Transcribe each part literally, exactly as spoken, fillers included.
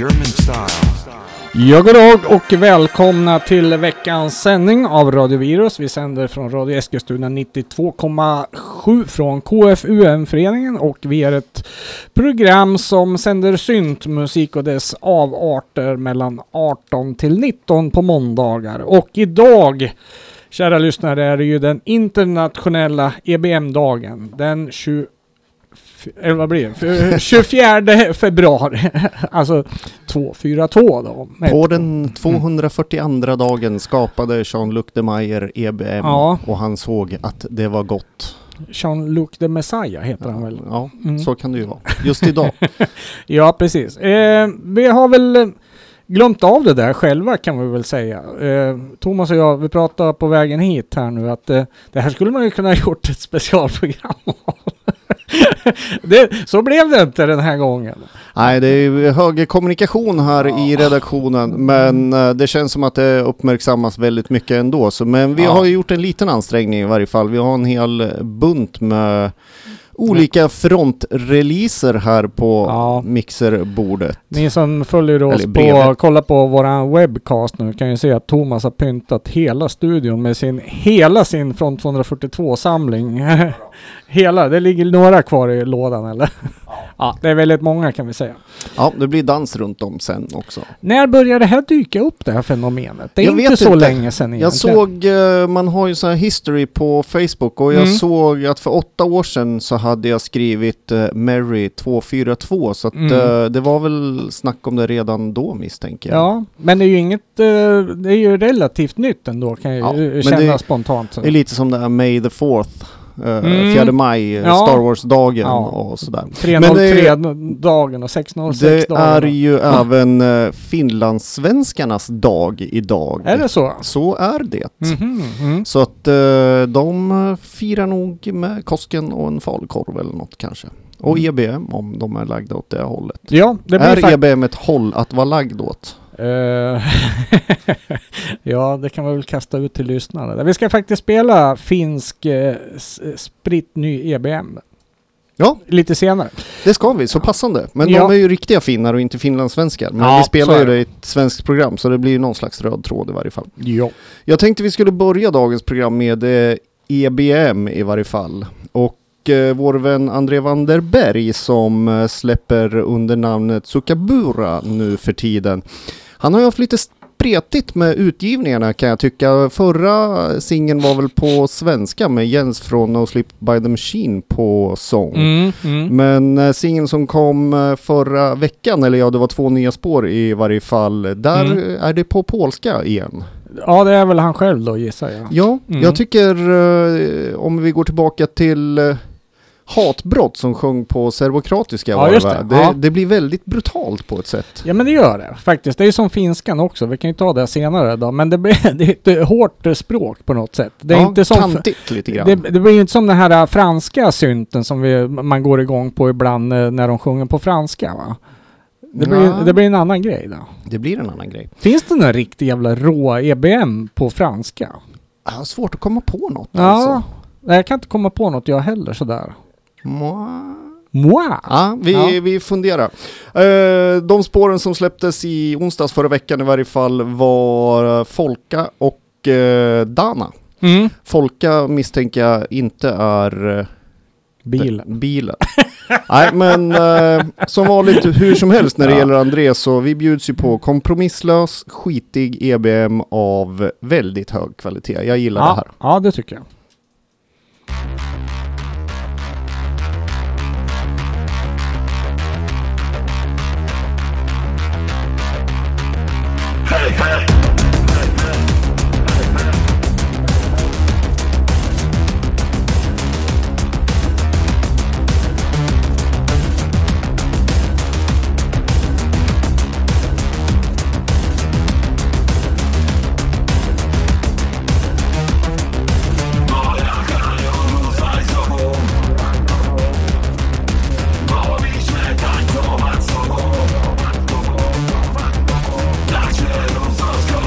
German style. Ja, god dag och välkomna till veckans sändning av Radio Virus. Vi sänder från Radio Eskilstuna nittiotvå komma sju från K F U M-föreningen och vi är ett program som sänder syntmusik och dess avarter mellan arton till nitton på måndagar. Och idag, kära lyssnare, är det ju den internationella E B M-dagen, den tjugo eller vad blir det? tjugofjärde februari. Alltså två fyra två då. På den tvåhundrafyrtioandra dagen skapade Jean-Luc de Meyer E B M, ja. Och han såg att det var gott. Jean-Luc de Messiah heter ja, han väl? Ja, mm. Så kan det ju vara. Just idag. Ja, precis. Eh, vi har väl glömt av det där själva, kan vi väl säga. Eh, Thomas och jag, vi pratade på vägen hit här nu att eh, det här skulle man ju kunna ha gjort ett specialprogram av. det, så blev det inte den här gången. Nej, det är hög kommunikation här ja. i redaktionen, men uh, det känns som att det uppmärksammas väldigt mycket ändå. Så, men vi ja. har ju gjort en liten ansträngning i varje fall. Vi har en hel bunt med olika frontreleaser här på ja. mixerbordet. Ni som följer oss på, kolla på våran webcast nu, kan ju se att Thomas har pyntat hela studion med sin, hela sin Front tvåhundrafyrtiotvå-samling. Hela, det ligger några kvar i lådan eller? Ja. Ja, det är väldigt många kan vi säga. Ja, det blir dans runt om sen också. När börjar det här dyka upp, det här fenomenet? Det är jag inte så inte. länge sedan egentligen. Jag såg, man har ju så här history på Facebook och jag mm. såg att för åtta år sedan så hade jag skrivit uh, Mary tvåhundrafyrtiotvå, så att mm. uh, det var väl snack om det redan då, misstänker jag. Ja, men det är ju inget, uh, det är ju relativt nytt ändå, kan jag ja, känna det spontant. Så. Det är lite som det här May the fourth. Uh, mm. fjärde maj, ja. Star Wars-dagen ja. och sådär. tre noll tre-dagen och sex noll sex-dagen. Det är ju mm. även uh, finlandssvenskarnas dag idag. Är det så? Så är det. Mm-hmm. Mm. Så att uh, de firar nog med Kosken och en falukorv eller något kanske. Och mm. E B M om de är lagda åt det hållet. Ja, det blir är fakt- E B M ett håll att vara lagd åt? Uh, ja, det kan man väl kasta ut till lyssnarna. Vi ska faktiskt spela finsk eh, spritt ny E B M. Ja, lite senare. Det ska vi, så passande. Men ja. de är ju riktiga finnar och inte finlandssvenskar. Men ja, vi spelar ju det i ett svenskt program, så det blir ju någon slags röd tråd i varje fall. Ja. Jag tänkte vi skulle börja dagens program med eh, E B M i varje fall. Och eh, vår vän André Vanderberg som eh, släpper under namnet Sukabura nu för tiden. Han har ju haft lite spretigt med utgivningarna, kan jag tycka. Förra singeln var väl på svenska med Jens från No Sleep by the Machine på sång. Mm, mm. Men äh, singeln som kom äh, förra veckan, eller ja, det var två nya spår i varje fall, där mm. är det på polska igen. Ja, det är väl han själv då, gissar jag. Ja, mm. jag tycker äh, om vi går tillbaka till äh, Hatbrott som sjöng på serbokratiska. Ja, just det. Det, ja. det blir väldigt brutalt på ett sätt. Ja, men det gör det faktiskt. Det är ju som finskan också. Vi kan ju ta det senare då. Men det blir det är ett hårt språk på något sätt. Det är ja, inte som kantigt lite grann. Det, det blir ju inte som den här franska synten som vi, man går igång på ibland när de sjunger på franska, va? Det blir, ja. det blir en annan grej då. Det blir en annan grej. Finns det några riktigt jävla rå E B M på franska? Jag har svårt att komma på något. Ja, alltså. Jag kan inte komma på något jag heller sådär. Moi. Moi? Ja, vi, ja. vi funderar. Uh, de spåren som släpptes i onsdags förra veckan i varje fall var Folka och uh, Dana. Mm. Folka misstänker jag inte är uh, bilen. D- bilen. Nej, men uh, som vanligt hur som helst när det ja. gäller André, så vi bjuds ju på kompromisslös, skitig E B M av väldigt hög kvalitet. Jag gillar ja. det här. Ja, det tycker jag. Hey, hey. Let's go.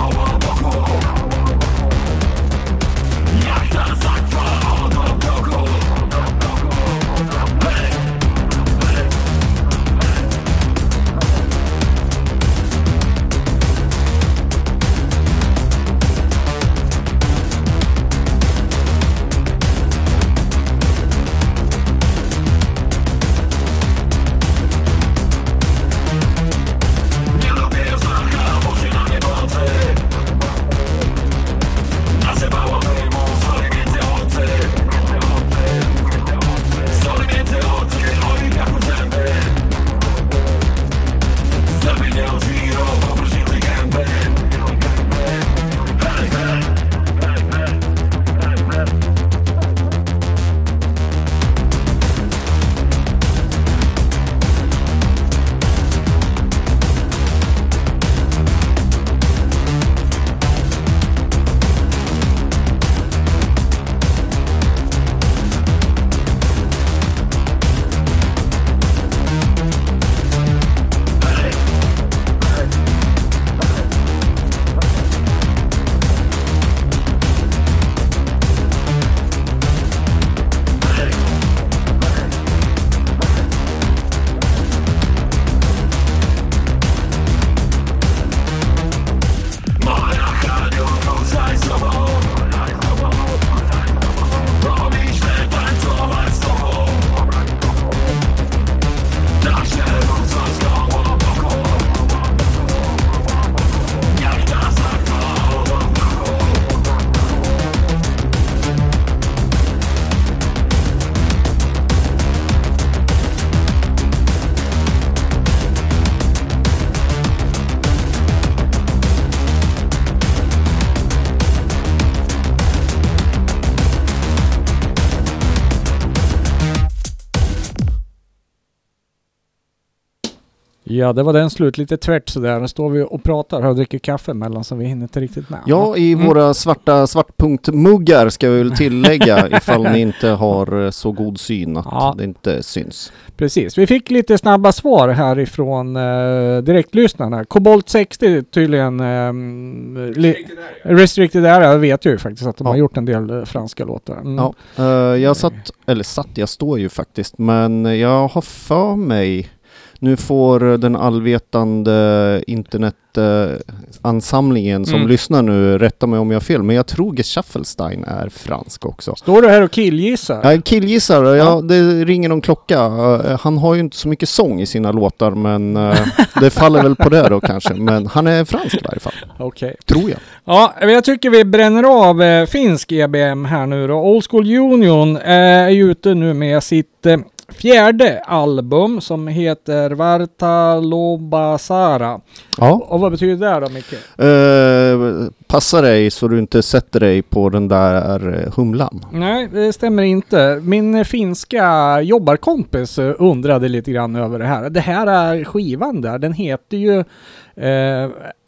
Ja, det var den slut. Lite tvärt sådär. Nu står vi och pratar och dricker kaffe mellan så vi hinner inte riktigt med. Ja, i mm. våra svarta svartpunktmuggar ska vi väl tillägga ifall ni inte har så god syn att ja. det inte syns. Precis. Vi fick lite snabba svar härifrån eh, direktlyssnarna. Kobolt sextio tydligen eh, li- Restricted Area. Jag vet ju faktiskt att de ja. har gjort en del eh, franska låtar. Mm. Ja, uh, jag satt, eller satt, jag står ju faktiskt, men jag har för mig, nu får den allvetande internetansamlingen uh, som mm. lyssnar nu rätta mig om jag har fel, men jag tror Geschaffelstein är fransk också. Står du här och killgissar? Ja, killgissar. Ja. Ja, det ringer någon klocka. Uh, han har ju inte så mycket sång i sina låtar, men uh, det faller väl på det då kanske. Men han är fransk i varje fall. Okej. Okay. Tror jag. Ja, jag tycker vi bränner av eh, finsk E B M här nu då. Old School Union eh, är ju ute nu med sitt eh, fjärde album som heter Vartalobasara. Ja. Och vad betyder det då, Micke? Uh, passa dig så du inte sätter dig på den där humlan. Nej, det stämmer inte. Min finska jobbarkompis undrade lite grann över det här. Det här är skivan där. Den heter ju uh,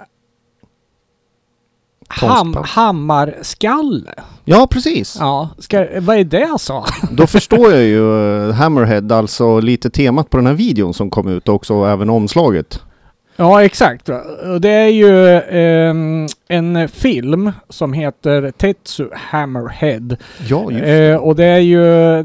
Ham, Hammarskalle. Ja, precis. Ja, ska, vad är det alltså? Då förstår jag ju uh, Hammerhead, alltså lite temat på den här videon som kom ut också, och även omslaget. Ja, exakt. Det är ju eh, en film som heter Tetsu Hammerhead. Ja, just eh, och det är ju,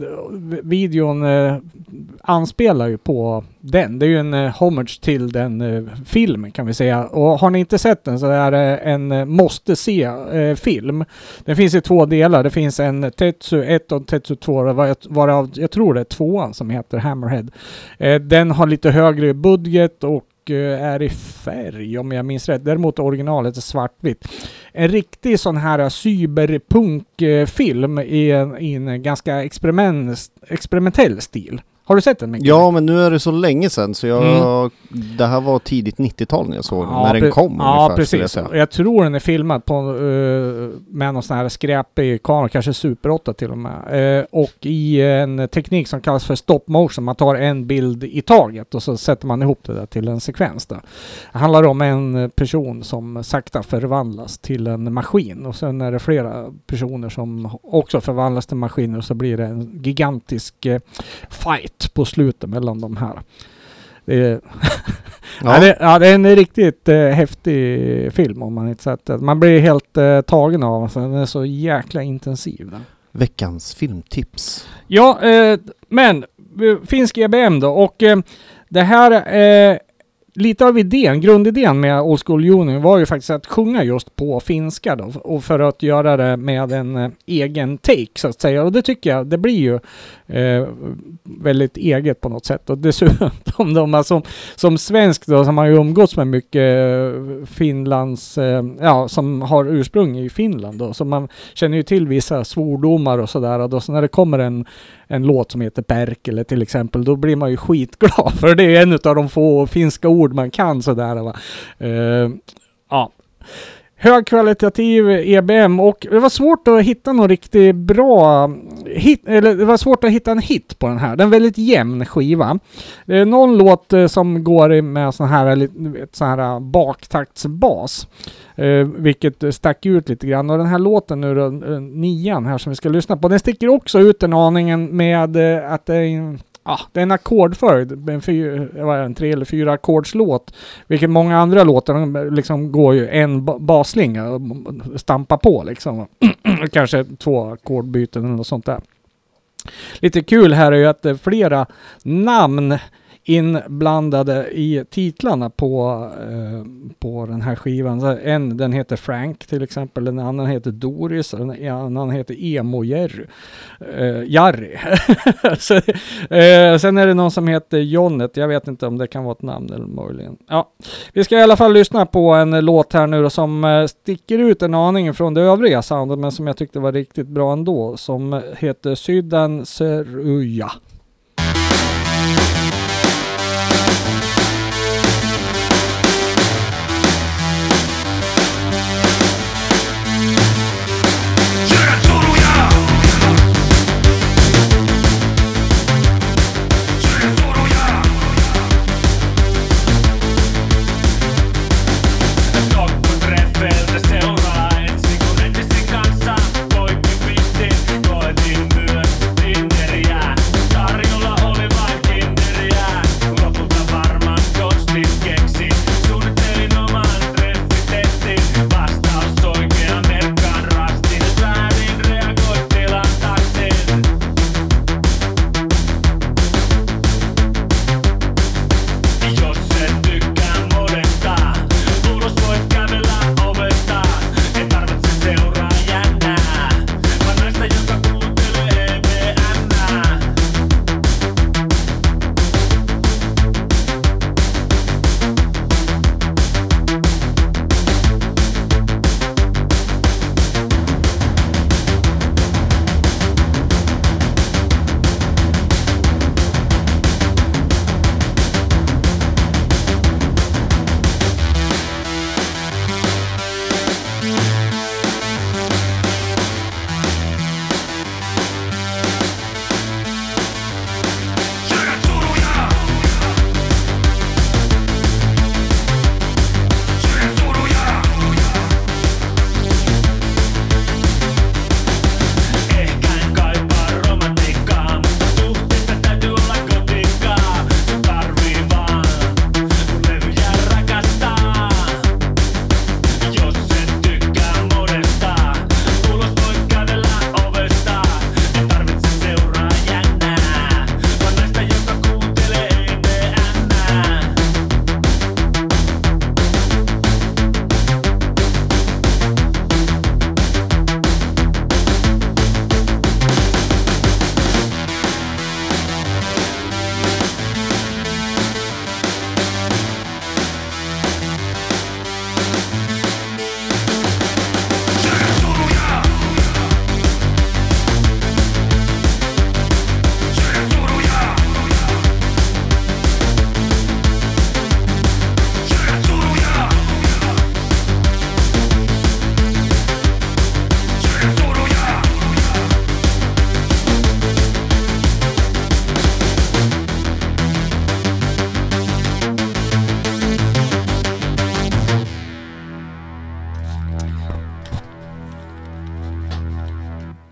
videon eh, anspelar ju på den. Det är ju en eh, homage till den eh, filmen kan vi säga. Och har ni inte sett den så är det en eh, måste se eh, film. Den finns i två delar. Det finns en Tetsu ett och Tetsu två, varav jag tror det är tvåan som heter Hammerhead. Eh, den har lite högre budget och är i färg om jag minns rätt. Däremot originalet är svartvitt. En riktig sån här cyberpunkfilm i en, i en ganska experiment, experimentell stil. Har du sett den, Micke? Ja, men nu är det så länge sedan så jag, mm. det här var tidigt nittiotal när jag såg den, ja, när den kom. Ja, ungefär, precis. Jag, jag tror den är filmad på, uh, med någon sån här skräpig kamera, kanske Super åtta till och med. Uh, och i en teknik som kallas för stop motion. Man tar en bild i taget och så sätter man ihop det där till en sekvens. Där. Det handlar om en person som sakta förvandlas till en maskin. Och sen är det flera personer som också förvandlas till maskiner och så blir det en gigantisk uh, fight på slutet mellan de här. Det är, ja. ja, det, ja, det är en riktigt eh, häftig film om man inte sett det. Man blir helt eh, tagen av så den är så jäkla intensiv. Den. Veckans filmtips. Ja, eh, men finsk E B M då och eh, det här eh, lite av idén, grundidén med Old School Union var ju faktiskt att sjunga just på finska då, och för att göra det med en eh, egen take så att säga, och det tycker jag, det blir ju eh, väldigt eget på något sätt, och dessutom de här som, som svensk då, som har ju umgåtts med mycket eh, Finlands, eh, ja, som har ursprung i Finland då, så man känner ju till vissa svordomar och sådär, och då så när det kommer en en låt som heter Perkele till exempel, då blir man ju skitglad för det är en av de få finska ord man kan sådär va. Uh, ja. Högkvalitativ E B M, och det var svårt att hitta någon riktigt bra hit, eller det var svårt att hitta en hit på den här. Den är väldigt jämn skiva. Det är någon låt som går med sån här, ett sån här baktaktsbas. Uh, vilket stack ut lite grann. Och den här låten nu då, uh, nian här som vi ska lyssna på, den sticker också ut en aningen med uh, att det är en, ah, det är en ackordföljd, en, fyr, en tre eller fyra ackordslåt, vilket många andra låtar liksom går ju en ba- baslinga och stampa på liksom. Kanske två ackordbyten eller något sånt där. Lite kul här är ju att det är flera namn inblandade i titlarna på, eh, på den här skivan. Så en, den heter Frank till exempel, en annan heter Doris, en annan heter Emo Jerry. Eh, Jarry. Så, eh, sen är det någon som heter Jonnet, jag vet inte om det kan vara ett namn eller möjligen. Ja, vi ska i alla fall lyssna på en låt här nu då, som eh, sticker ut en aning från det övriga soundet, men som jag tyckte var riktigt bra ändå, som heter Sydan Seruja.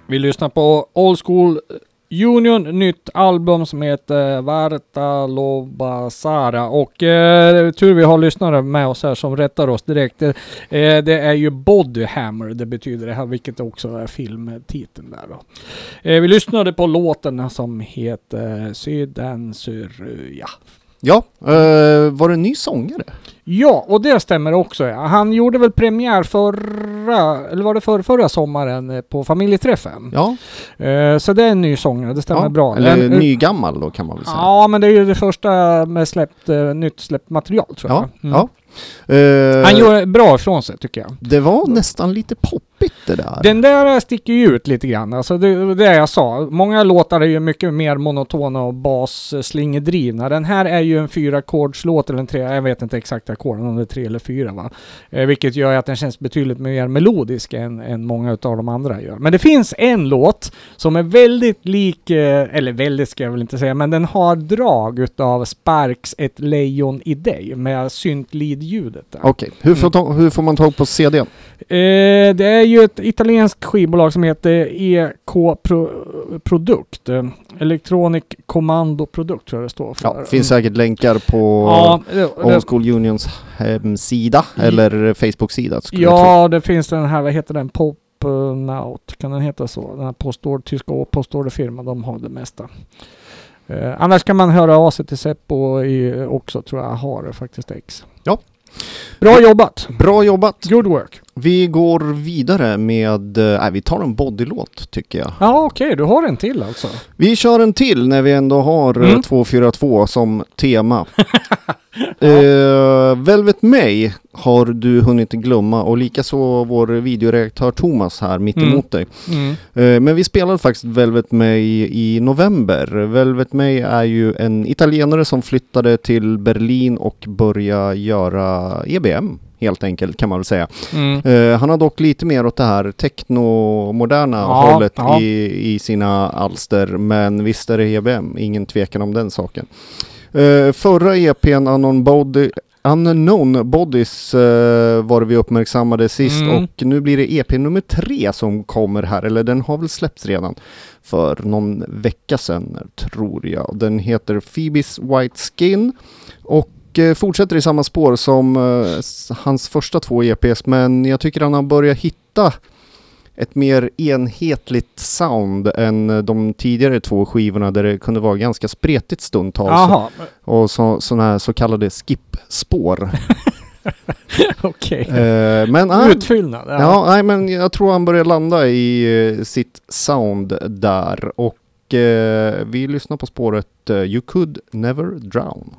Vi lyssnar på Old School Union, nytt album som heter Varta Lobasara. Och eh, tur vi har lyssnare med oss här som rättar oss direkt. Eh, det är ju Bodyhammer, det betyder det här, vilket också är filmtiteln där då. Eh, vi lyssnade på låten som heter Syden Syruja. Ja, eh, var det en ny sångare? Ja, och det stämmer också. Ja. Han gjorde väl premiär förra, eller var det för, förra sommaren på familjeträffen? Ja. Eh, så det är en ny sångare, det stämmer ja, bra. Eller en, ny gammal då kan man väl säga. Ja, men det är ju det första med släppt, uh, nytt släppt material tror ja, jag. Mm. Ja. Uh, Han gör bra ifrån sig tycker jag. Det var nästan lite poppigt det där. Den där sticker ju ut lite grann. Alltså det, det jag sa. Många låtar är ju mycket mer monotona och basslingedrivna. Den här är ju en fyra-ackordslåt eller en tre. Jag vet inte exakt ackorden om det är tre eller fyra va. Eh, vilket gör att den känns betydligt mer melodisk än, än många av de andra gör. Men det finns en låt som är väldigt lik, eh, eller väldigt ska jag väl inte säga, men den har drag utav Sparks Ett lejon i dig med syntlid-ljudet där. Okej, hur, får hur får man tag på C D:n? Eh, det är ju ett italienskt skivbolag som heter E K Pro, Produkt. Eh, Electronic Commando Produkt tror jag det står för. Ja, det finns säkert länkar på ja, det, Old School Unions hemsida i, eller Facebook-sida. Ja, det finns den här, vad heter den? Pop Naut, kan den heta så? Den här postorder, tyska postorderfirman, de har det mesta. Eh, annars kan man höra av sig till Seppo i, också, tror jag har det faktiskt X. Ja. Bra jobbat! Bra jobbat! Good work! Vi går vidare med, nej vi tar en bodylåt tycker jag. Ja okej, okay, du har en till alltså. Vi kör en till när vi ändå har mm. två fyra två som tema. ja. uh, Velvet May har du hunnit glömma och likaså vår videoreaktör Thomas här mitt mm. emot dig. Mm. Uh, men vi spelade faktiskt Velvet May i november. Velvet May är ju en italienare som flyttade till Berlin och började göra E B M. Helt enkelt kan man väl säga. Mm. Uh, han har dock lite mer åt det här techno-moderna ja, hållet ja. I, i sina alster. Men visst är det E B M, ingen tvekan om den saken. Uh, förra E P:n Unknown, Body, Unknown Bodies uh, var vi uppmärksammade sist. Mm. Och nu blir det E P nummer tre som kommer här. Eller den har väl släppts redan för någon vecka sedan tror jag. Den heter Phoebes White Skin. Och fortsätter i samma spår som uh, hans första två E P:s, men jag tycker han har börjat hitta ett mer enhetligt sound än de tidigare två skivorna där det kunde vara ganska spretigt stundtals. Och så, såna här så kallade skip-spår. Okej. Uh, men uh, utfyllnad. Ja, ja nej, men jag tror han börjar landa i uh, sitt sound där. Och uh, vi lyssnar på spåret uh, You Could Never Drown.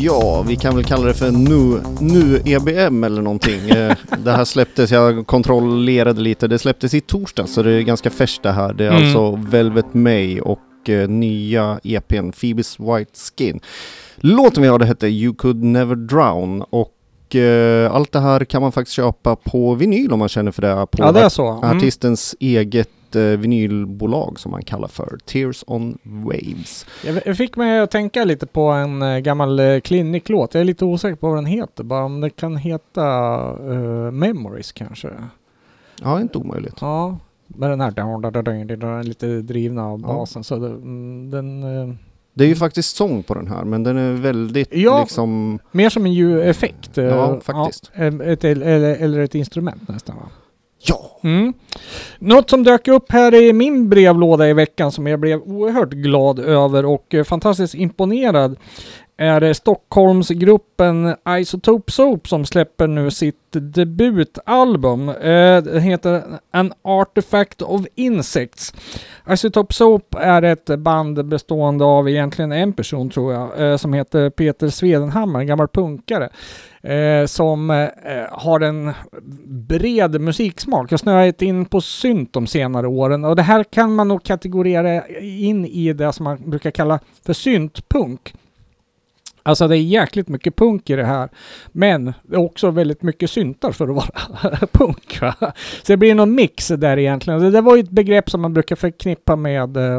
Ja, vi kan väl kalla det för nu, nu E B M eller någonting. Eh, det här släpptes, jag kontrollerade lite, det släpptes i torsdag så det är ganska färskt det här. Det är mm. alltså Velvet May och eh, nya E P:n Phoebes White Skin. Låten vi hade hette You Could Never Drown och eh, allt det här kan man faktiskt köpa på vinyl om man känner för det. På ja, det är så. Mm. artistens eget vinylbolag som man kallar för Tears on Waves. Jag fick mig att tänka lite på en gammal Clinic-låt. Jag är lite osäker på vad den heter. Bara om det kan heta uh, Memories kanske. Ja, inte omöjligt. Ja, med den här lite drivna av basen. Ja. Så det, den... Uh, det är ju faktiskt sång på den här, men den är väldigt ja, liksom... mer som en ljudeffekt. Ja, faktiskt. Ja, ett, eller, eller ett instrument nästan, va? Ja! Mm. Något som dök upp här i min brevlåda i veckan som jag blev oerhört glad över och eh, fantastiskt imponerad är eh, Stockholmsgruppen Isotope Soap som släpper nu sitt debutalbum. Eh, det heter An Artifact of Insects. Isotope Soap är ett band bestående av egentligen en person tror jag eh, som heter Peter Svedenhammar, en gammal punkare. Eh, som eh, har en bred musiksmak. Jag snöat in på synt de senare åren och det här kan man nog kategorera in i det som man brukar kalla för syntpunk. Alltså det är jäkligt mycket punk i det här. Men det är också väldigt mycket syntar för att vara punk. Va? Så det blir någon mix där egentligen. Det, det var ju ett begrepp som man brukar förknippa med eh,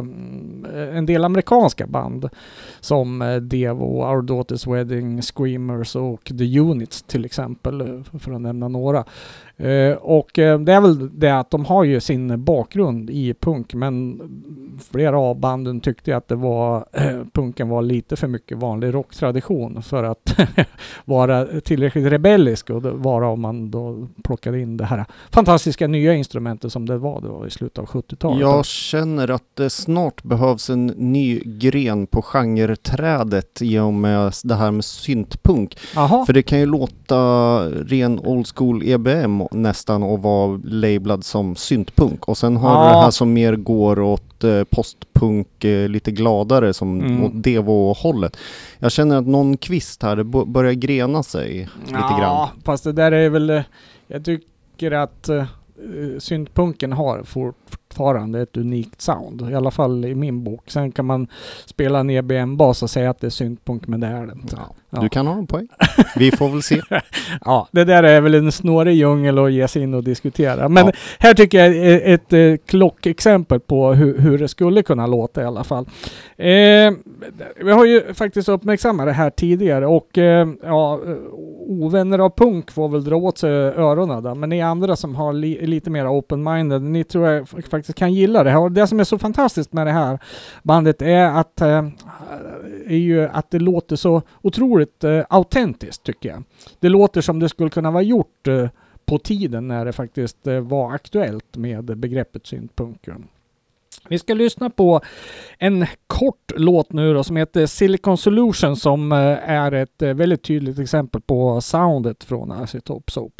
en del amerikanska band. Som eh, Devo, Our Daughter's Wedding, Screamers och The Units till exempel. För att nämna några. Uh, och uh, det är väl det att de har ju sin bakgrund i punk, men flera av banden tyckte att det var uh, punken var lite för mycket vanlig rocktradition för att vara tillräckligt rebellisk och vara om man då plockade in det här fantastiska nya instrumentet som det var då i slutet av sjuttiotalet. Jag känner att det snart behövs en ny gren på genreträdet i och med det här med syntpunk. Aha. För det kan ju låta ren old school E B M nästan och var lablad som syntpunk. Och sen har ja. det här som mer går åt eh, postpunk eh, lite gladare som mm. åt Devo-hållet. Jag känner att någon kvist här det b- börjar grena sig ja, lite grann. Ja, fast det där är väl... Jag tycker att uh, syntpunken har fortfarande ett unikt sound. I alla fall i min bok. Sen kan man spela en E B M-bas och säga att det är syntpunk, men det är det inte. Ja. Ja. Du kan ha en poäng. Vi får väl se. Ja, det där är väl en snårig djungel att ge sig in och diskutera. Men ja. här tycker jag är ett, ett klockexempel på hur, hur det skulle kunna låta i alla fall. Eh, vi har ju faktiskt uppmärksammat det här tidigare och eh, ja, ovänner av punk får väl dra åt sig öronen där. Men ni andra som har li, lite mer open-minded, ni tror jag faktiskt kan gilla det här. Och det som är så fantastiskt med det här bandet är att, eh, är ju att det låter så otroligt Uh, autentiskt tycker jag. Det låter som det skulle kunna vara gjort uh, på tiden när det faktiskt uh, var aktuellt med begreppet syntpunk. Vi ska lyssna på en kort låt nu då, som heter Silicon Solution som uh, är ett uh, väldigt tydligt exempel på soundet från Isotope Soap.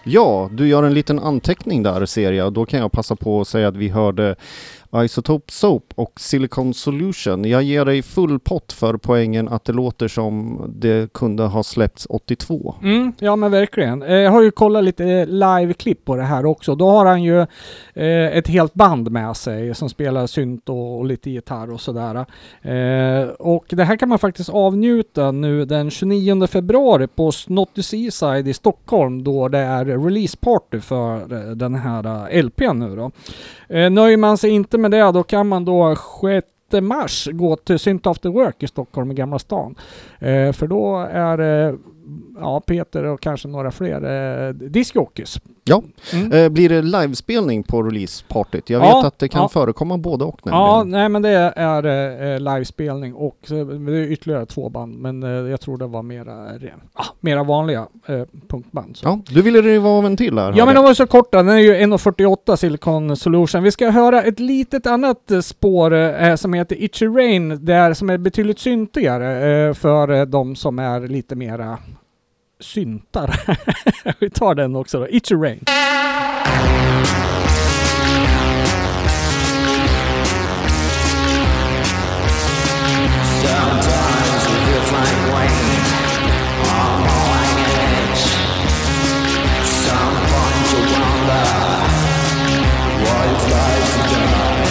Ja, du gör en liten anteckning där, ser jag. Då kan jag passa på att säga att vi hörde Isotope Soap och Silicon Solution. Jag ger dig full pott för poängen att det låter som det kunde ha släppts åttiotvå. Mm, ja men verkligen. Jag har ju kollat lite live-klipp på det här också. Då har han ju eh, ett helt band med sig som spelar synt och, och lite gitarr och sådär. Eh, och det här kan man faktiskt avnjuta nu den tjugonionde februari på Snotty Seaside i Stockholm, då det är release party för den här L P:n nu då. Eh, nöjer man sig inte med det, då kan man då sjätte mars gå till Synt After Work i Stockholm i Gamla stan. Eh, för då är det eh, ja, Peter och kanske några fler eh, discjockeys. Ja, Mm. eh, blir det livespelning på releasepartyt? Jag Ja, vet att det kan ja. förekomma både och. Ja, Nämligen. nej men det är eh, livespelning och eh, det är ytterligare två band, men eh, jag tror det var mera, eh, ah, mera vanliga eh, punkband. Så. Ja, du ville riva av en till här. Ja men de var så korta, den är ju en fyrtioåtta Silicon Solution. Vi ska höra ett litet annat eh, spår eh, som heter Itchy Rain, där som är betydligt syntigare eh, för eh, de som är lite mera syntar. Vi tar den också då, Itchy Rain. Sometimes it feels like rain on my edge. Some point you wonder what it's like to die.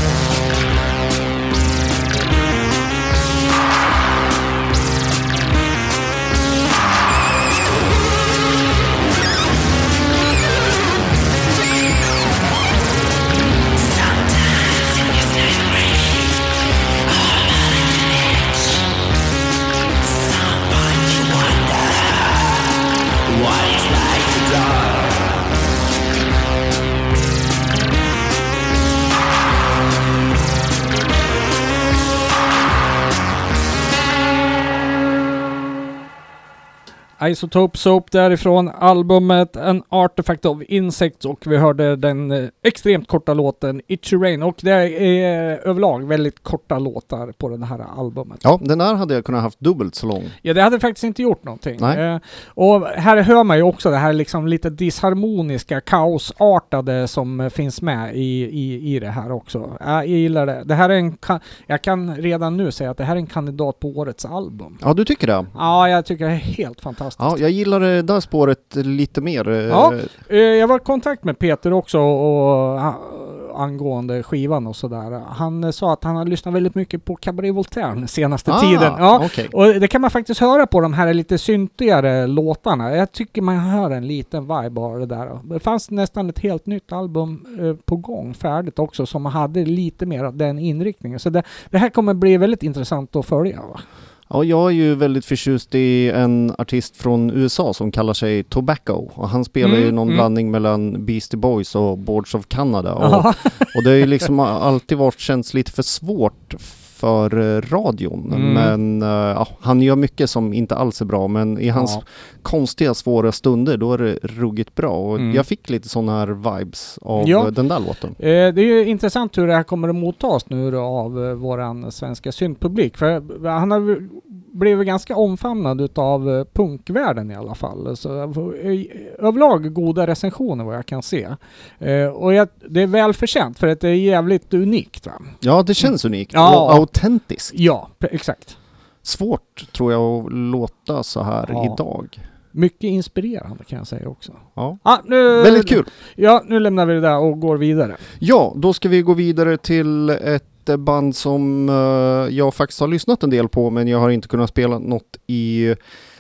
Isotope Soap därifrån albumet An Artifact of Insects, och vi hörde den eh, extremt korta låten Itchy Rain, och det är eh, överlag väldigt korta låtar på den här albumet. Ja, den här hade jag kunnat haft dubbelt så lång. Ja, det hade faktiskt inte gjort någonting. Nej. Eh, och här hör man ju också det här liksom lite disharmoniska, kaosartade som eh, finns med i, i, i det här också. Jag gillar det. Det här är en ka- jag kan redan nu säga att det här är en kandidat på årets album. Ja, du tycker det? Ja, jag tycker det är helt fantastiskt. Ja, jag gillar det där spåret lite mer. Ja, eh, jag var i kontakt med Peter också och, och angående skivan och sådär. Han eh, sa att han har lyssnat väldigt mycket på Cabaret Voltaire senaste Ah, tiden. Ja, okej. och det kan man faktiskt höra på de här lite syntigare låtarna. Jag tycker man hör en liten vibe av det där. Det fanns nästan ett helt nytt album eh, på gång, färdigt också, som hade lite mer av den inriktningen. Så det, det här kommer bli väldigt intressant att följa, va? Ja, jag är ju väldigt förtjust i en artist från U S A som kallar sig Tobacco. Och han spelar Mm, ju någon mm. blandning mellan Beastie Boys och Boards of Canada. Och, Ja. och det har ju liksom alltid varit, känts lite för svårt för eh, radion. Mm. Men eh, ja, han gör mycket som inte alls är bra. Men i hans Ja. konstiga, svåra stunder, då är det ruggigt bra. Och Mm. jag fick lite sådana här vibes av Ja. eh, den där låten. Eh, det är ju intressant hur det här kommer att mottas nu då av eh, våran svenska syntpublik. För eh, han har blivit ganska omfamnad utav eh, punkvärlden i alla fall. Så, eh, överlag goda recensioner vad jag kan se. Eh, och jag, det är välförtjänt för att det är jävligt unikt, va? Ja, det känns unikt. Ja. Och autentiskt. Ja, pre- exakt. Svårt, tror jag, att låta så här Ja. idag. Mycket inspirerande kan jag säga också. Ja. Ah, nu, Väldigt kul. Ja, nu lämnar vi det där och går vidare. Ja, då ska vi gå vidare till ett eh, band som eh, jag faktiskt har lyssnat en del på, men jag har inte kunnat spela något i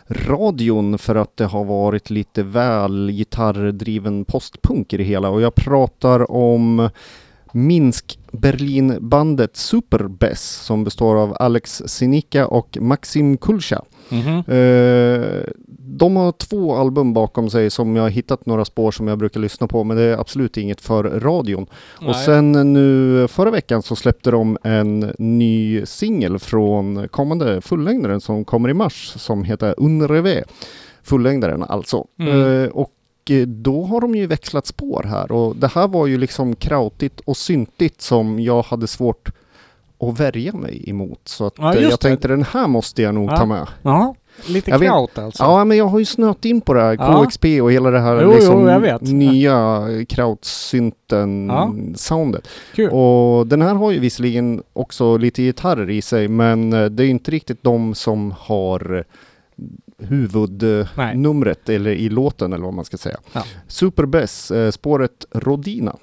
radion för att det har varit lite väl gitarrdriven postpunk i det hela. Och jag pratar om Minsk-Berlin-bandet Superbess som består av Alex Sinica och Maxim Kulcha. Mm-hmm. Eh, de har två album bakom sig som jag har hittat några spår som jag brukar lyssna på, men det är absolut inget för radion. Nej. Och sen nu förra veckan så släppte de en ny singel från kommande fullängdaren som kommer i mars som heter Unreve. Fullängdaren alltså. Mm. Eh, och då har de ju växlat spår här, och det här var ju liksom krautigt och syntigt som jag hade svårt att värja mig emot. Så att Ja, eh, just jag det. tänkte den här måste jag nog Ja. ta med. Ja. Lite Jag vet- kraut alltså. Ja, men jag har ju snöat in på det här Ja. K X P och hela det här Jo, liksom jo, jag vet. nya krautsynten Ja. soundet. Kul. Och den här har ju visserligen också lite gitarrer i sig, men eh, det är inte riktigt de som har Nej. huvudnumret eller i låten eller vad man ska säga. Ja. Superbass, eh, spåret Rodina.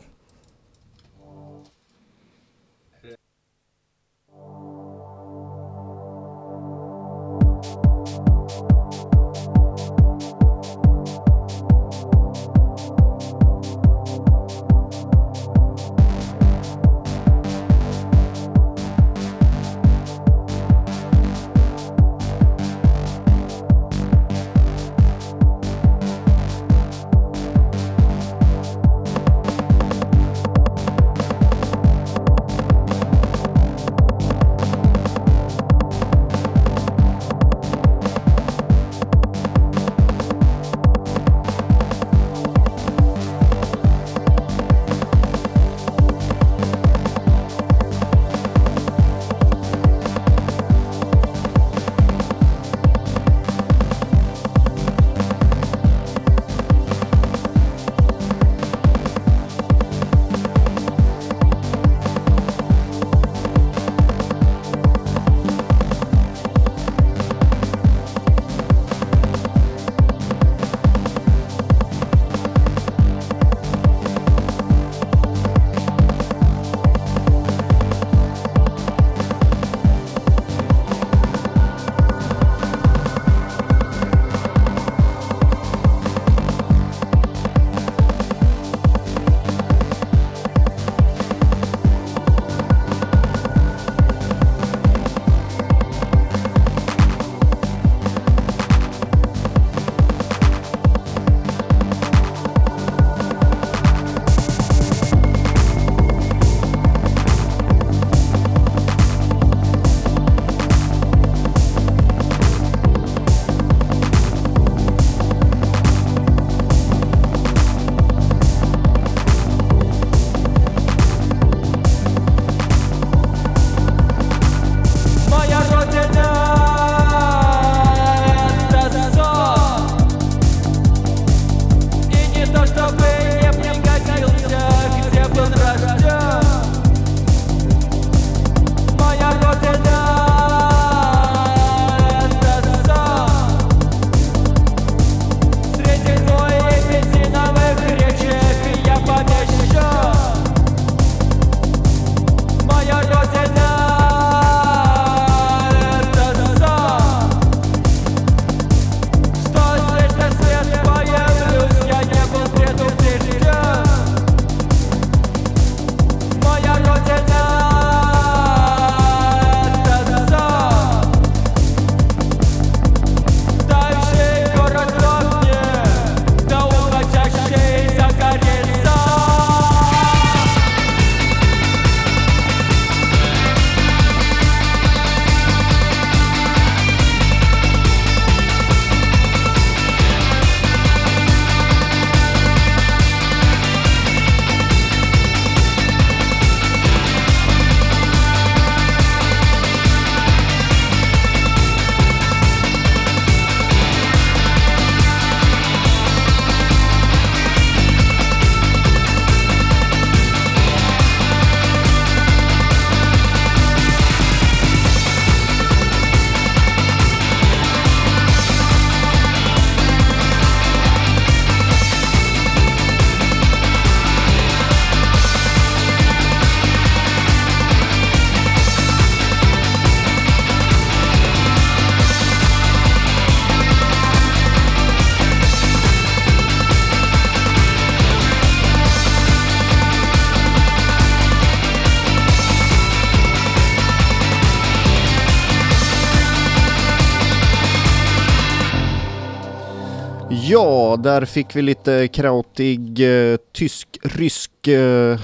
Ja, där fick vi lite krautig eh, tysk-rysk eh,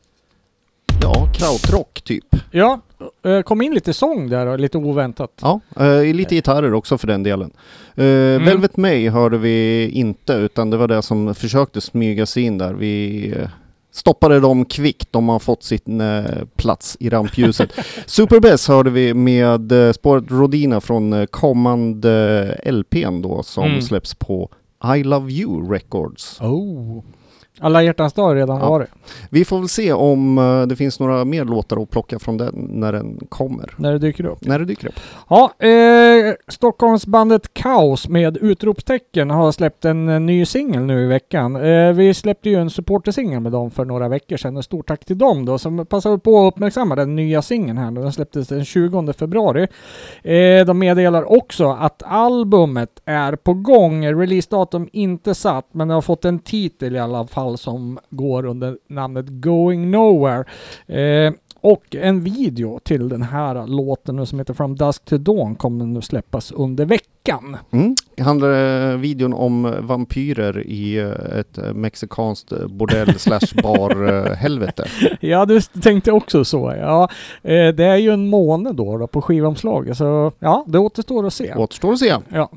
ja, krautrock typ. Ja, eh, kom in lite sång där och lite oväntat. Ja, eh, lite gitarrer också för den delen. Eh, mm. Velvet May hörde vi inte, utan det var det som försökte smyga sig in där. Vi, eh, stoppade dem kvickt. De har fått sin eh, plats i rampljuset. Superbest hörde vi med eh, spåret Rodina från eh, kommande L P:n då som Mm. släpps på I Love You Records. Oh. Alla hjärtans dag har redan Ja. varit. Vi får väl se om eh, det finns några mer låtar att plocka från den när den kommer. När det dyker upp. När det dyker upp. Ja, eh, Stockholmsbandet Kaos med utropstecken har släppt en eh, ny singel nu i veckan. Eh, vi släppte ju en supportersingel med dem för några veckor sedan. Och stort tack till dem då som passade på att uppmärksamma den nya singeln här nu. Den släpptes den tjugonde februari. Eh, de meddelar också att albumet är på gång. Releasedatum inte satt, men det har fått en titel i alla fall som går under namnet Going Nowhere. Eh, och en video till den här låten nu som heter From Dusk to Dawn kommer nu släppas under veckan. Mm. Handlar eh, videon om vampyrer i eh, ett eh, mexikanskt bordell slash bar eh, helvete. Ja, du tänkte också så. Ja, eh, det är ju en månad då, då på skivomslaget, så ja, det återstår att se. Återstår att se. Ja.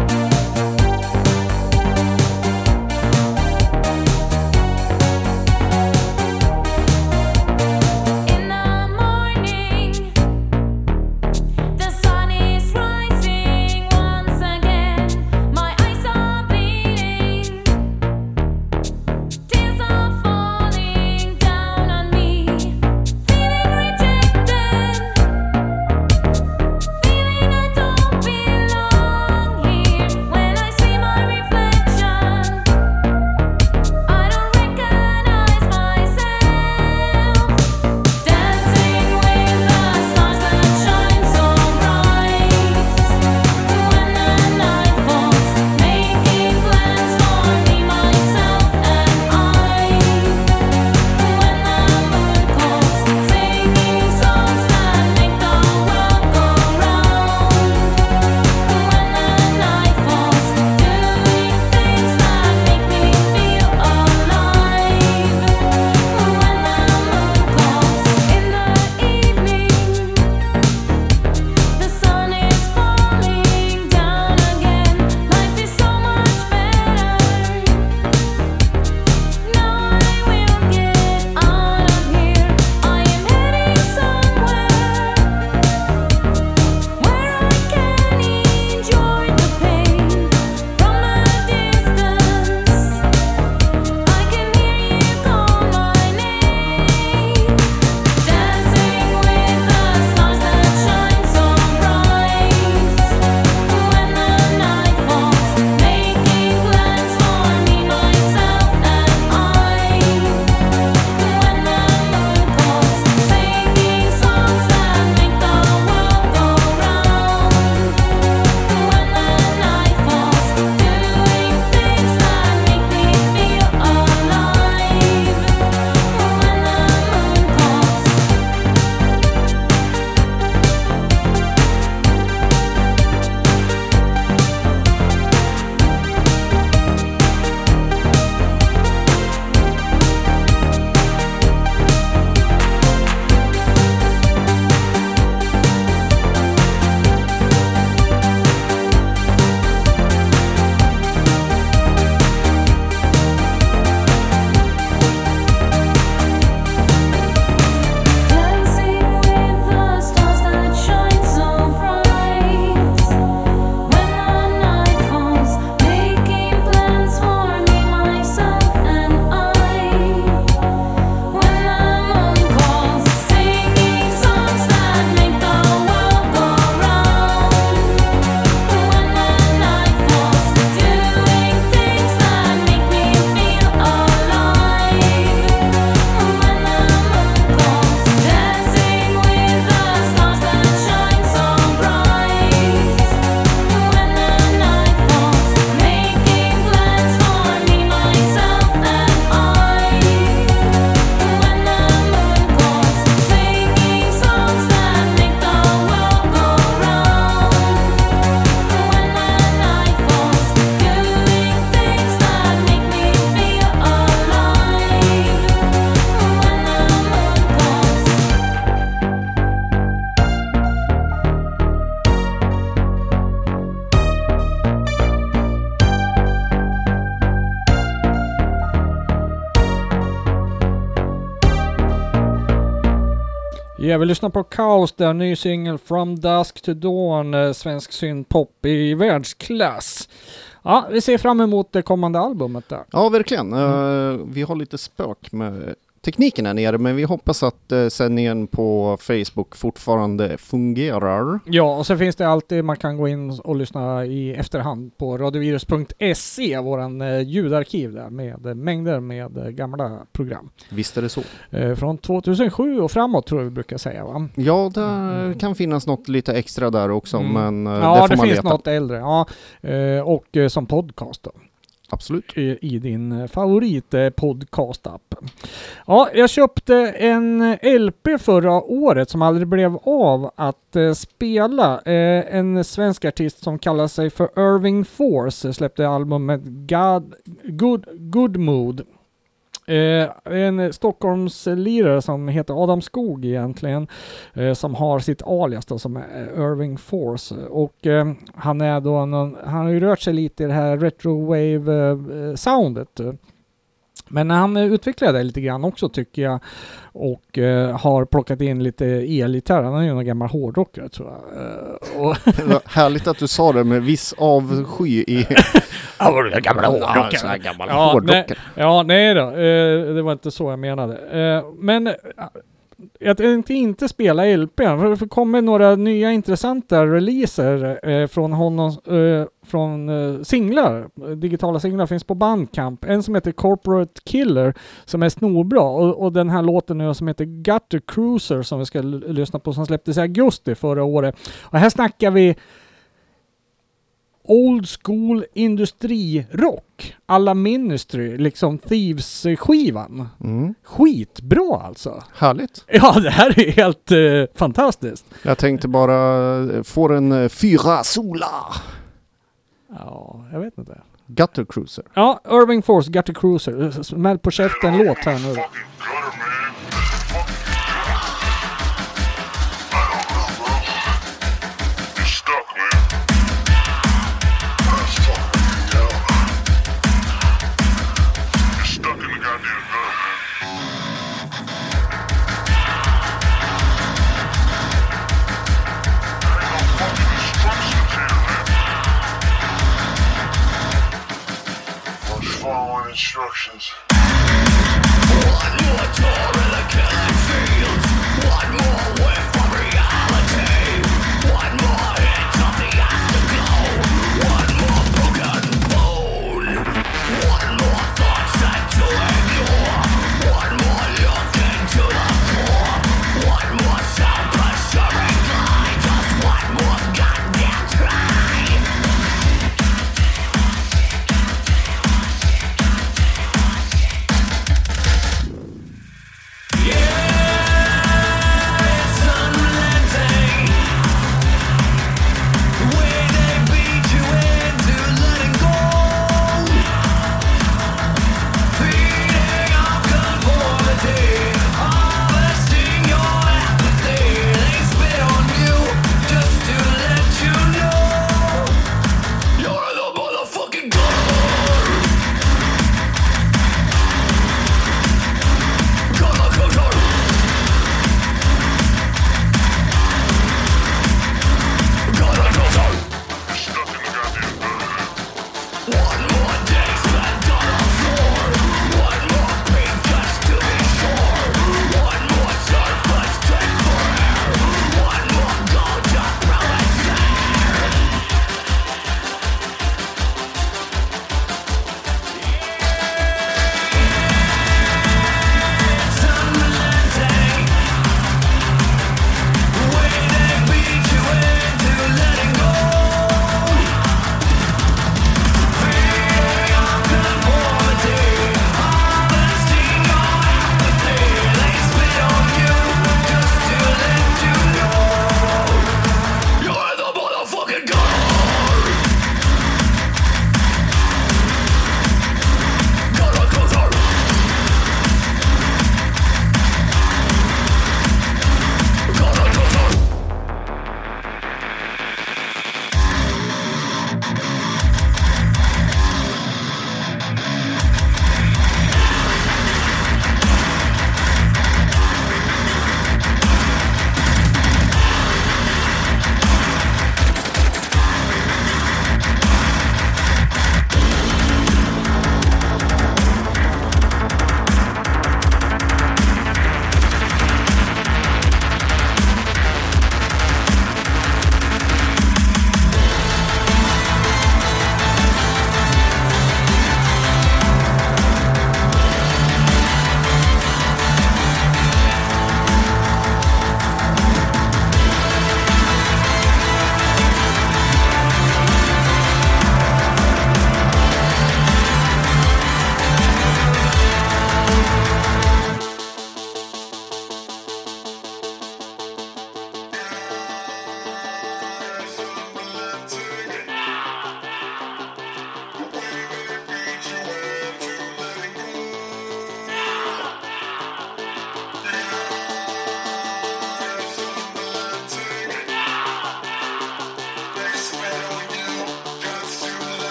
Thank Yeah, vi lyssnar på Kaos där, ny singel From Dusk to Dawn, eh, svensk syntpop i världsklass. Ja, vi ser fram emot det kommande albumet där. Ja, verkligen. Mm. Uh, vi har lite spök med tekniken här nere, men vi hoppas att uh, sändningen på Facebook fortfarande fungerar. Ja, och så finns det alltid, man kan gå in och lyssna i efterhand på radiovirus punkt se, våran uh, ljudarkiv där med uh, mängder med uh, gamla program. Visst är det så. Uh, från tvåtusendsju och framåt tror jag vi brukar säga, va? Ja, det mm. kan finnas något lite extra där också, mm. men uh, ja, det får det man finns leta. något äldre. Ja, uh, och uh, som podcast då. Absolut. I, i din favorit eh, podcast-app. Ja, jag köpte en L P förra året som aldrig blev av att eh, spela. Eh, en svensk artist som kallar sig för Irving Force släppte albumet God, Good, Good Mood. Eh, en Stockholmslirare som heter Adam Skog egentligen, eh, som har sitt alias då, som är Irving Force, och eh, han är då någon, han har ju rört sig lite i det här retrowave eh, soundet, men han utvecklade det lite grann också tycker jag, och eh, har plockat in lite elgitarr. Han är ju en gammal hårdrockare tror jag. Eh, och härligt att du sa det med viss avsky i ja, var det gamla hårdrockare. Gammal ja, hårdrockare. Nej, ja, nej då. Eh, det var inte så jag menade. Eh, men eh, jag tänkte inte spela L P. För det kommer några nya intressanta releaser eh, från honom, eh, från eh, singlar. Digitala singlar finns på Bandcamp. En som heter Corporate Killer som är snorbra. Och, och den här låten nu som heter Gutter Cruiser som vi ska l- lyssna på, som släpptes i augusti förra året. Och här snackar vi old school industrirock, alla Ministry, liksom Thieves-skivan. Mm. Skitbra alltså. Härligt. Ja, det här är helt eh, fantastiskt. Jag tänkte bara få en uh, fyra solar. Ja, jag vet inte. Gutter Cruiser. Ja, Irving Force, Gutter Cruiser. Smäll på käften, låt här nu då. Instructions. One more tour in the killing fields. One more away from reality. One more hit of the afterglow. One more broken bone. One more thought set to ignore. One more look into the core. One more sound pressuring glide. Just one more goddamn try. Yeah, it's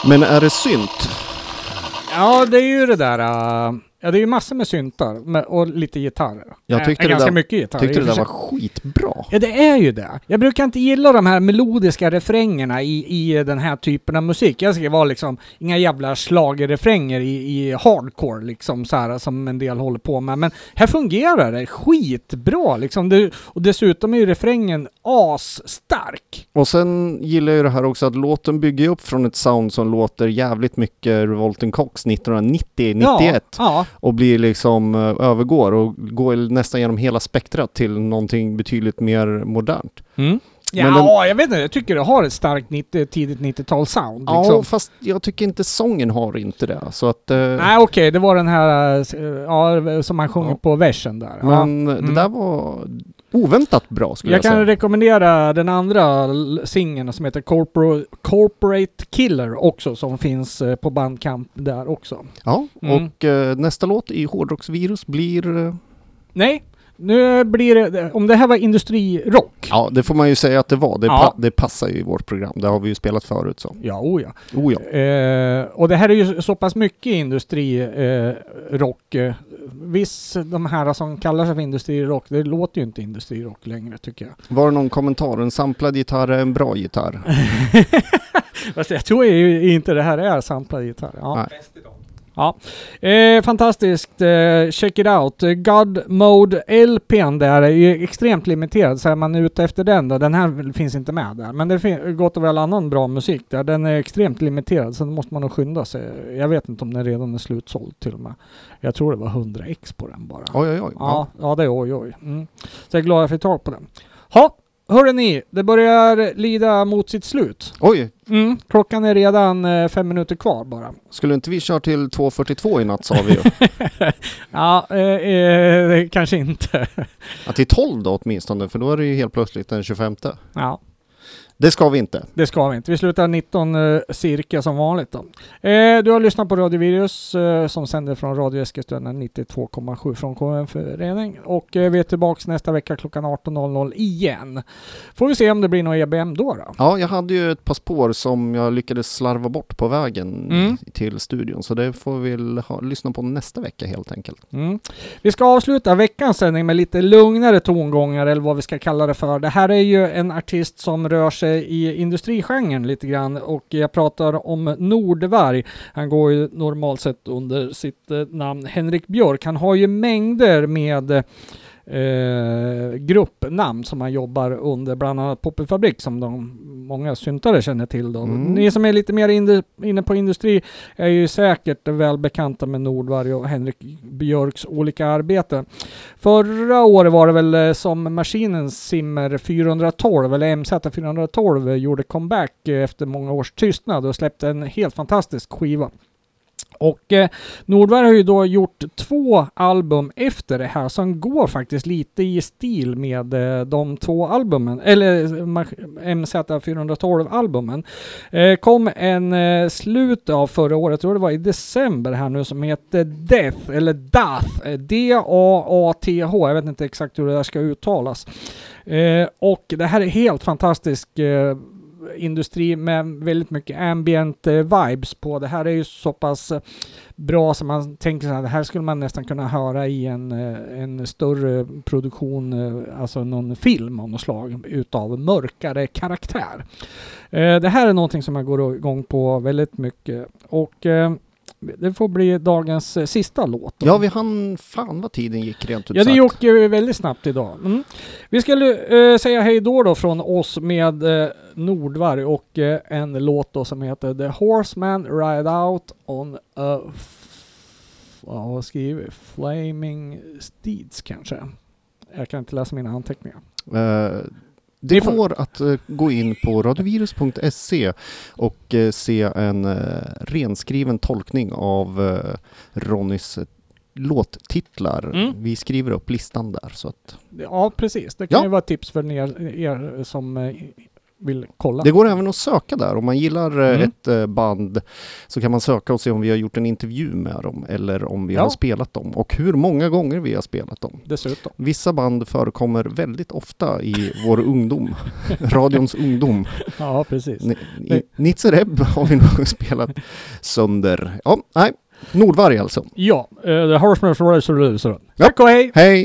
Men är det synt? Ja, det är ju det där... Uh, ja, det är ju massor med syntar med, och lite gitarrer. Jag tyckte, äh, det, ganska där, mycket gitarrer. tyckte det där var skitbra. Ja, det är ju det. Jag brukar inte gilla de här melodiska refrängerna i, i den här typen av musik. Jag ska vara liksom inga jävla schlagerrefränger i, i hardcore liksom så här, som en del håller på med. Men här fungerar det skitbra liksom. Det, och dessutom är ju refrängen asstark. Och sen gillar jag det här också att låten bygger upp från ett sound som låter jävligt mycket Revolting Cocks nittonhundranittio nittioett. Ja, ja. Och blir liksom uh, övergår och går nästan genom hela spektrat till någonting betydligt mer modernt. Mm. Ja, Men den, jag vet inte. Jag tycker det har ett starkt nittio, tidigt nittiotal sound. Ja, liksom. fast jag tycker inte sången har inte det. Så att, uh, Nej, okej. Okay, det var den här uh, ja, som man sjunger ja. på versen där. Men ja. det mm. där var oväntat bra skulle jag, jag säga. Jag kan rekommendera den andra singeln som heter Corpor- Corporate Killer också, som finns uh, på Bandcamp där också. Ja, mm. och uh, nästa låt i Hårdrocksvirus blir... Uh... Nej. Nu blir det, om det här var industrirock. Ja, det får man ju säga att det var. Det, ja. pa- det passar ju i vårt program. Det har vi ju spelat förut så. Ja, oh ja. Oh ja. Eh, och det här är ju så pass mycket industrirock. Eh, Viss de här som kallar sig för industrirock, det låter ju inte industrirock längre tycker jag. Var det någon kommentar? En samplad gitarr är en bra gitarr. Fast jag tror ju inte det här är samplad gitarr. Ja. Nej. Ja, eh, fantastiskt. Eh, check it out. God Mode L P:n där är ju extremt limiterad, så är man ute efter den då. Den här finns inte med där. Men det finns gott och väl annan bra musik där. Den är extremt limiterad, så då måste man nog skynda sig. Jag vet inte om den redan är slutsåld till och med. Jag tror det var hundra ex på den bara. Oj, oj, oj. Ja, ja det är oj, oj. Mm. Så jag är glad att jag fick tag på den. Ha! Hörde ni, det börjar lida mot sitt slut. Oj! Mm, klockan är redan eh, fem minuter kvar bara. Skulle inte vi köra till två fyrtiotvå i natt, sa vi ju. ja, eh, eh, kanske inte. Ja, till tolv då åtminstone, för då är det ju helt plötsligt den tjugofemte. Ja. Det ska vi inte. Det ska vi inte. Vi slutar nitton eh, cirka som vanligt då. Eh, du har lyssnat på Radio Virus eh, som sänder från Radio Eskilstuna nittiotvå komma sju från K M-förening. Och eh, vi är tillbaka nästa vecka klockan arton noll noll igen. Får vi se om det blir något E B M då då. Ja, jag hade ju ett par spår som jag lyckades slarva bort på vägen mm. till studion. Så det får vi väl ha, lyssna på nästa vecka helt enkelt. Mm. Vi ska avsluta veckans sändning med lite lugnare tongångar eller vad vi ska kalla det för. Det här är ju en artist som rör sig i industrigenren lite grann och jag pratar om Nordvarg. Han går ju normalt sett under sitt eh, namn Henrik Björk. Han har ju mängder med eh, gruppnamn som han jobbar under, bland annat Poppenfabrik som de många syntare känner till då. Mm. Ni som är lite mer in, inne på industri är ju säkert välbekanta med Nordvarg och Henrik Björks olika arbeten. Förra året var det väl som Maskinen Simmer fyrahundratolv eller M Z fyrahundratolv gjorde comeback efter många års tystnad och släppte en helt fantastisk skiva. Och eh, Nordvarg har ju då gjort två album efter det här som går faktiskt lite i stil med eh, de två albumen, eller M Z fyrahundratolv albumen. Eh, kom en eh, slut av förra året, jag tror det var i december här nu, som heter Death, eller Dath, D A A T H, jag vet inte exakt hur det där ska uttalas. Eh, och det här är helt fantastisk eh, industri med väldigt mycket ambient eh, vibes på. Det här är ju så pass eh, bra som man tänker så här, det här skulle man nästan kunna höra i en, eh, en större produktion, eh, alltså någon film av något slag utav mörkare karaktär. Eh, det här är någonting som jag går igång på väldigt mycket och eh, det får bli dagens eh, sista låt. Ja, vi hann fan vad tiden gick rent ut Ja, det sagt. gick väldigt snabbt idag. Mm. Vi ska eh, säga hej då, då från oss med eh, Nordvarg och eh, en låt då som heter The Horseman Ride Out on a f- vad skriver vi? Flaming Steeds kanske. Jag kan inte läsa mina anteckningar. Uh, det går att uh, gå in på radiovirus punkt se och uh, se en uh, renskriven tolkning av uh, Ronnys uh, låttitlar. Mm. Vi skriver upp listan där. Så att... Ja, precis. Det kan ja. ju vara tips för er, er som uh, vill kolla. Det går även att söka där. Om man gillar eh, Mm. ett eh, band så kan man söka och se om vi har gjort en intervju med dem eller om vi Ja. har spelat dem och hur många gånger vi har spelat dem. Dessutom. Vissa band förekommer väldigt ofta i vår ungdom. Radions ungdom. Ja, precis. Ni- i- Nitzereb har vi nog spelat sönder. Ja, nej. Nordvarg alltså. Ja, uh, The Horseman of Resolution. Ja. Tack och hej! Hej!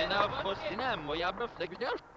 Ena av oss i namn och jag bör